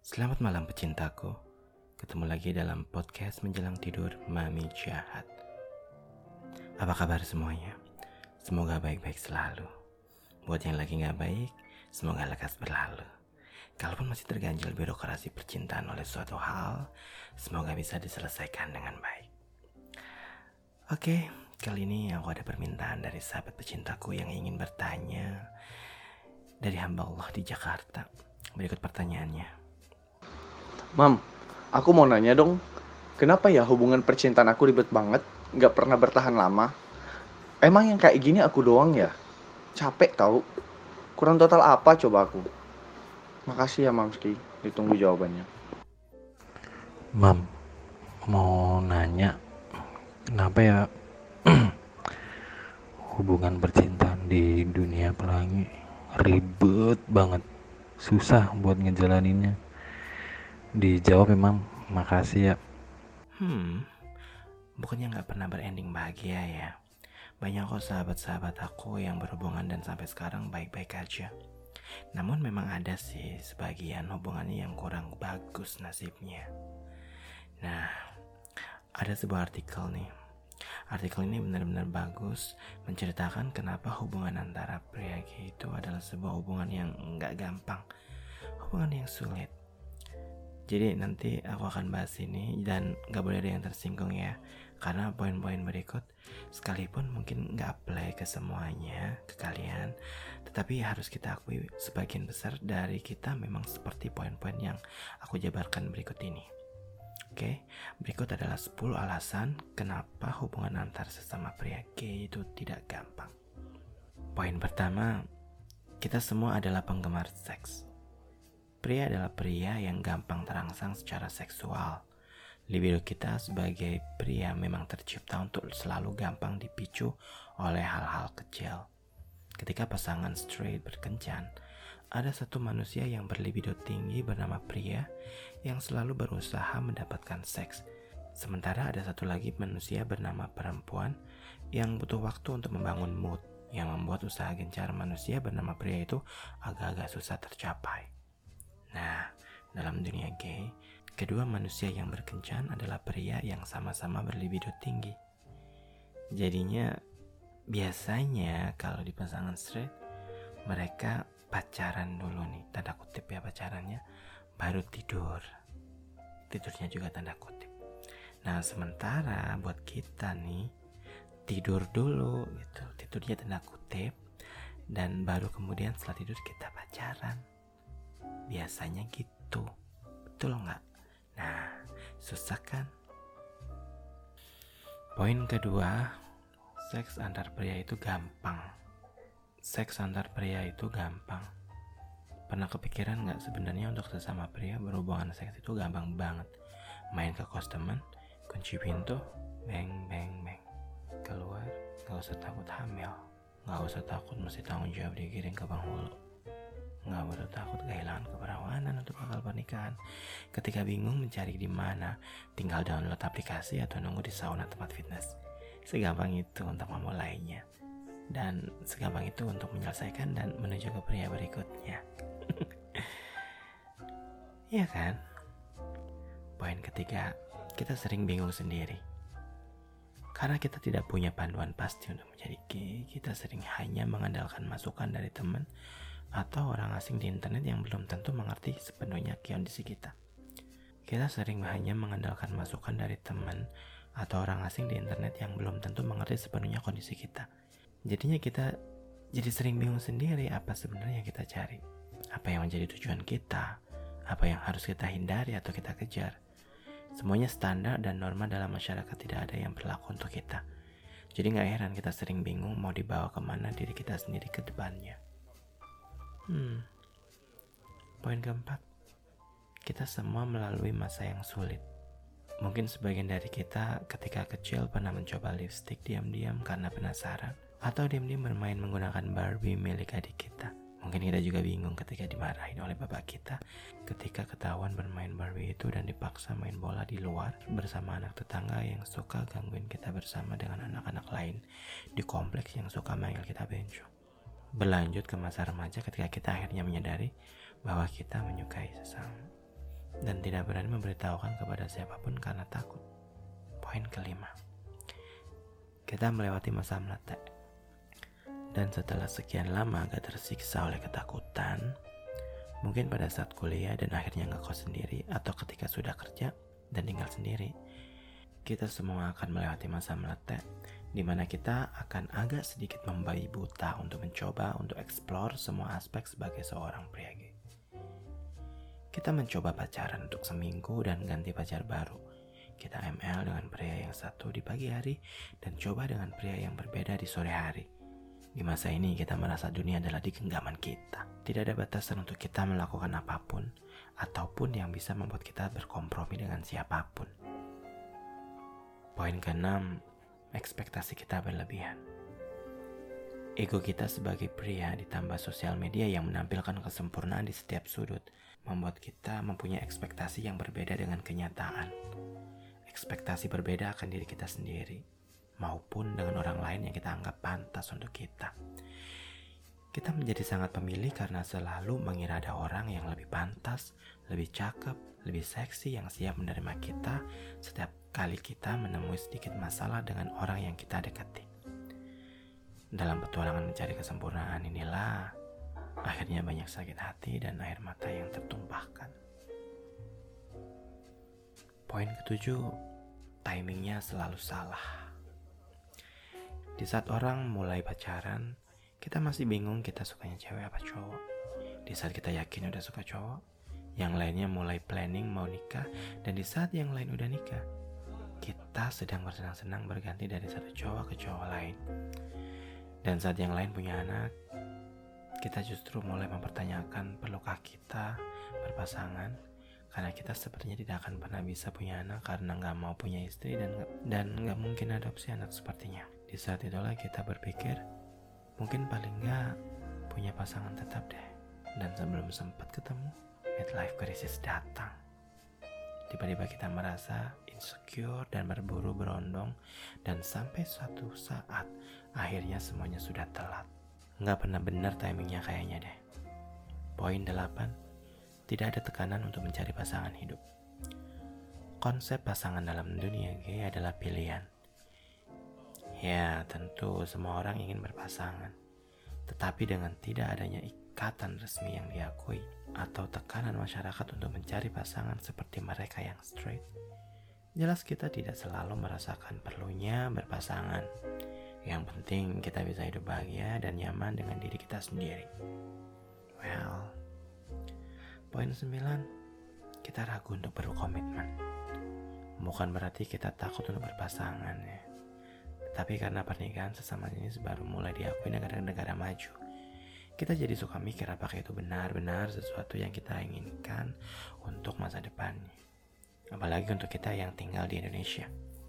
Selamat malam pecintaku. Ketemu lagi dalam podcast menjelang tidur Mami Jahat. Apa kabar semuanya? Semoga baik-baik selalu. Buat yang lagi gak baik, semoga lekas berlalu. Kalaupun masih terganjal birokrasi percintaan oleh suatu hal, semoga bisa diselesaikan dengan baik. Oke, kali ini aku ada permintaan dari sahabat pecintaku yang ingin bertanya dari hamba Allah di Jakarta. Berikut pertanyaannya. Mam, aku mau nanya dong, kenapa ya hubungan percintaan aku ribet banget, nggak pernah bertahan lama? Emang yang kayak gini aku doang ya? Capek tau, kurang total apa coba aku? Makasih ya Mamski, ditunggu jawabannya. Mam, mau nanya, kenapa ya hubungan percintaan di dunia pelangi ribet banget, susah buat ngejalaninnya? Dijawab memang, makasih ya. Bukannya gak pernah berending bahagia ya. Banyak kok sahabat-sahabat aku yang berhubungan dan sampai sekarang baik-baik aja. Namun memang ada sih sebagian hubungannya yang kurang bagus nasibnya. Nah, ada sebuah artikel nih. Artikel ini benar-benar bagus, menceritakan kenapa hubungan antara pria gay itu adalah sebuah hubungan yang gak gampang, hubungan yang sulit. Jadi nanti aku akan bahas ini dan gak boleh ada yang tersinggung ya. Karena poin-poin berikut sekalipun mungkin gak apply ke semuanya, ke kalian, tetapi harus kita akui sebagian besar dari kita memang seperti poin-poin yang aku jabarkan berikut ini. Oke, berikut adalah 10 alasan kenapa hubungan antar sesama pria gay itu tidak gampang. Poin pertama, kita semua adalah penggemar seks. Pria adalah pria yang gampang terangsang secara seksual. Libido kita sebagai pria memang tercipta untuk selalu gampang dipicu oleh hal-hal kecil. Ketika pasangan straight berkencan, ada satu manusia yang berlibido tinggi bernama pria yang selalu berusaha mendapatkan seks. Sementara ada satu lagi manusia bernama perempuan yang butuh waktu untuk membangun mood, yang membuat usaha gencar manusia bernama pria itu agak-agak susah tercapai. Nah, dalam dunia gay, kedua manusia yang berkencan adalah pria yang sama-sama berlibido tinggi. Jadinya, biasanya kalau di pasangan straight, mereka pacaran dulu nih, tanda kutip ya pacarannya, baru tidur. Tidurnya juga tanda kutip. Nah, sementara buat kita nih, tidur dulu gitu, tidurnya tanda kutip, dan baru kemudian setelah tidur kita pacaran. Biasanya gitu, betul nggak? Nah, susah kan? Poin kedua, seks antar pria itu gampang. Seks antar pria itu gampang. Pernah kepikiran nggak sebenarnya untuk sesama pria berhubungan seks itu gampang banget? Main ke kos teman, kunci pintu, beng beng beng, keluar, nggak usah takut hamil, nggak usah takut mesti tanggung jawab digiring ke penghulu. Nggak perlu takut kehilangan keperawanan untuk bakal pernikahan. Ketika bingung mencari di mana, tinggal download aplikasi atau nunggu di sauna tempat fitness. Segampang itu untuk memulainya, dan segampang itu untuk menyelesaikan dan menuju ke pria berikutnya. Iya kan? Poin ketiga, kita sering bingung sendiri. Karena kita tidak punya panduan pasti untuk menjadi gay, kita sering hanya mengandalkan masukan dari teman atau orang asing di internet yang belum tentu mengerti sepenuhnya kondisi kita. Kita sering hanya mengandalkan masukan dari teman atau orang asing di internet yang belum tentu mengerti sepenuhnya kondisi kita. Jadinya kita jadi sering bingung sendiri apa sebenarnya kita cari. Apa yang menjadi tujuan kita, apa yang harus kita hindari atau kita kejar. Semuanya standar dan norma dalam masyarakat, tidak ada yang berlaku untuk kita. Jadi gak heran kita sering bingung mau dibawa kemana diri kita sendiri ke depannya. Poin keempat, kita semua melalui masa yang sulit. Mungkin sebagian dari kita ketika kecil pernah mencoba lipstick diam-diam karena penasaran, atau diam-diam bermain menggunakan Barbie milik adik kita. Mungkin kita juga bingung ketika dimarahin oleh bapak kita ketika ketahuan bermain Barbie itu dan dipaksa main bola di luar bersama anak tetangga yang suka gangguin kita bersama dengan anak-anak lain di kompleks yang suka manggil kita benjo. Berlanjut ke masa remaja ketika kita akhirnya menyadari bahwa kita menyukai sesama. dan tidak berani memberitahukan kepada siapapun karena takut. Poin kelima, kita melewati masa meletek. Dan setelah sekian lama agak tersiksa oleh ketakutan, mungkin pada saat kuliah dan akhirnya ngekos sendiri, atau ketika sudah kerja dan tinggal sendiri, kita semua akan melewati masa meletek, di mana kita akan agak sedikit membabi buta untuk mencoba untuk eksplor semua aspek sebagai seorang pria gay. Kita mencoba pacaran untuk seminggu dan ganti pacar baru. Kita ML dengan pria yang satu di pagi hari dan coba dengan pria yang berbeda di sore hari. Di masa ini kita merasa dunia adalah di genggaman kita. Tidak ada batasan untuk kita melakukan apapun ataupun yang bisa membuat kita berkompromi dengan siapapun. Poin keenam, ekspektasi kita berlebihan. Ego kita sebagai pria ditambah sosial media yang menampilkan kesempurnaan di setiap sudut membuat kita mempunyai ekspektasi yang berbeda dengan kenyataan. Ekspektasi berbeda akan diri kita sendiri maupun dengan orang lain yang kita anggap pantas untuk kita. Kita menjadi sangat pemilih karena selalu mengira ada orang yang lebih pantas, lebih cakep, lebih seksi yang siap menerima kita setiap kali kita menemui sedikit masalah dengan orang yang kita dekati. Dalam petualangan mencari kesempurnaan inilah akhirnya banyak sakit hati dan air mata yang tertumpahkan. Poin ketujuh, timingnya selalu salah. Di saat orang mulai pacaran, kita masih bingung kita sukanya cewek apa cowok. Di saat kita yakin udah suka cowok, yang lainnya mulai planning mau nikah, dan di saat yang lain udah nikah, kita sedang bersenang-senang berganti dari satu cowok ke cowok lain. Dan saat yang lain punya anak, kita justru mulai mempertanyakan perlukah kita berpasangan, karena kita sepertinya tidak akan pernah bisa punya anak karena gak mau punya istri dan gak mungkin adopsi anak sepertinya. Di saat itulah kita berpikir, mungkin paling gak punya pasangan tetap deh. Dan sebelum sempat ketemu, midlife crisis datang. Tiba-tiba kita merasa insecure dan berburu berondong, dan sampai suatu saat akhirnya semuanya sudah telat. Nggak pernah benar timingnya kayaknya deh. Poin 8, tidak ada tekanan untuk mencari pasangan hidup. Konsep pasangan dalam dunia gay adalah pilihan. Ya, tentu semua orang ingin berpasangan, tetapi dengan tidak adanya ikatan resmi yang diakui atau tekanan masyarakat untuk mencari pasangan seperti mereka yang straight, jelas kita tidak selalu merasakan perlunya berpasangan. Yang penting kita bisa hidup bahagia dan nyaman dengan diri kita sendiri. Well, poin 9, kita ragu untuk berkomitmen. Bukan berarti kita takut untuk berpasangan ya, tapi karena pernikahan sesama jenis baru mulai diakui negara-negara maju, kita jadi suka mikir apakah itu benar-benar sesuatu yang kita inginkan untuk masa depannya. Apalagi untuk kita yang tinggal di Indonesia.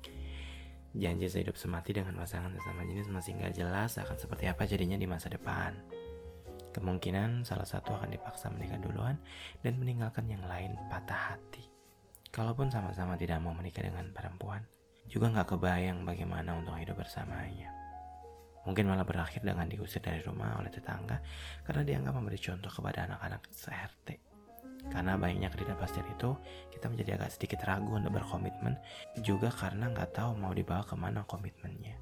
Janji sehidup semati dengan pasangan sesama jenis masih gak jelas akan seperti apa jadinya di masa depan. Kemungkinan salah satu akan dipaksa menikah duluan dan meninggalkan yang lain patah hati. Kalaupun sama-sama tidak mau menikah dengan perempuan, juga gak kebayang bagaimana untuk hidup bersamanya. Mungkin malah berakhir dengan diusir dari rumah oleh tetangga karena dianggap memberi contoh kepada anak-anak se-RT. Karena banyaknya ketidakpastian itu, kita menjadi agak sedikit ragu untuk berkomitmen, juga karena gak tahu mau dibawa kemana komitmennya.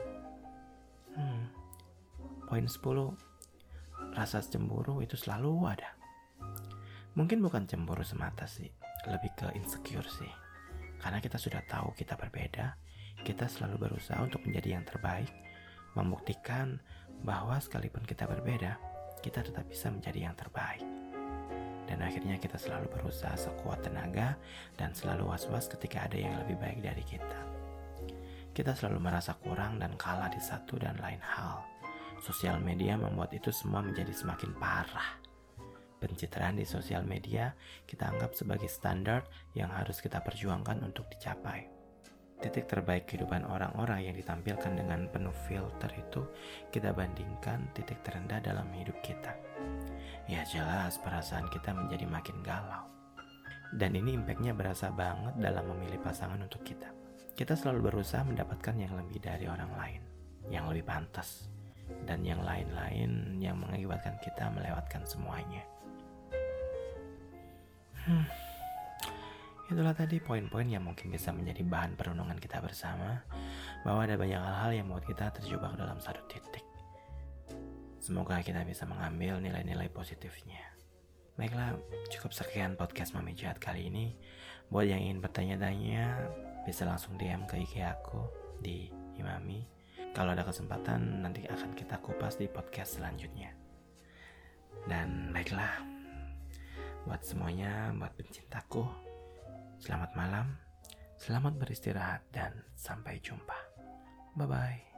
Poin 10, rasa cemburu itu selalu ada. Mungkin bukan cemburu semata sih, lebih ke insecure sih. Karena kita sudah tahu kita berbeda, kita selalu berusaha untuk menjadi yang terbaik, membuktikan bahwa sekalipun kita berbeda, kita tetap bisa menjadi yang terbaik. Dan akhirnya kita selalu berusaha sekuat tenaga dan selalu was-was ketika ada yang lebih baik dari kita. Kita selalu merasa kurang dan kalah di satu dan lain hal. Sosial media membuat itu semua menjadi semakin parah. Pencitraan di sosial media kita anggap sebagai standar yang harus kita perjuangkan untuk dicapai. Titik terbaik kehidupan orang-orang yang ditampilkan dengan penuh filter itu kita bandingkan titik terendah dalam hidup kita. Ya jelas perasaan kita menjadi makin galau. Dan ini impactnya berasa banget dalam memilih pasangan untuk kita. Kita selalu berusaha mendapatkan yang lebih dari orang lain, yang lebih pantas, dan yang lain-lain yang mengakibatkan kita melewatkan semuanya. Itulah tadi poin-poin yang mungkin bisa menjadi bahan perenungan kita bersama, bahwa ada banyak hal-hal yang membuat kita terjebak dalam satu titik. Semoga kita bisa mengambil nilai-nilai positifnya. Baiklah, cukup sekian podcast Mami Jahat kali ini. Buat yang ingin bertanya-tanya, bisa langsung DM ke IG aku di Imami. Kalau ada kesempatan, nanti akan kita kupas di podcast selanjutnya. Dan baiklah, buat semuanya, buat pencintaku, selamat malam, selamat beristirahat, dan sampai jumpa. Bye-bye.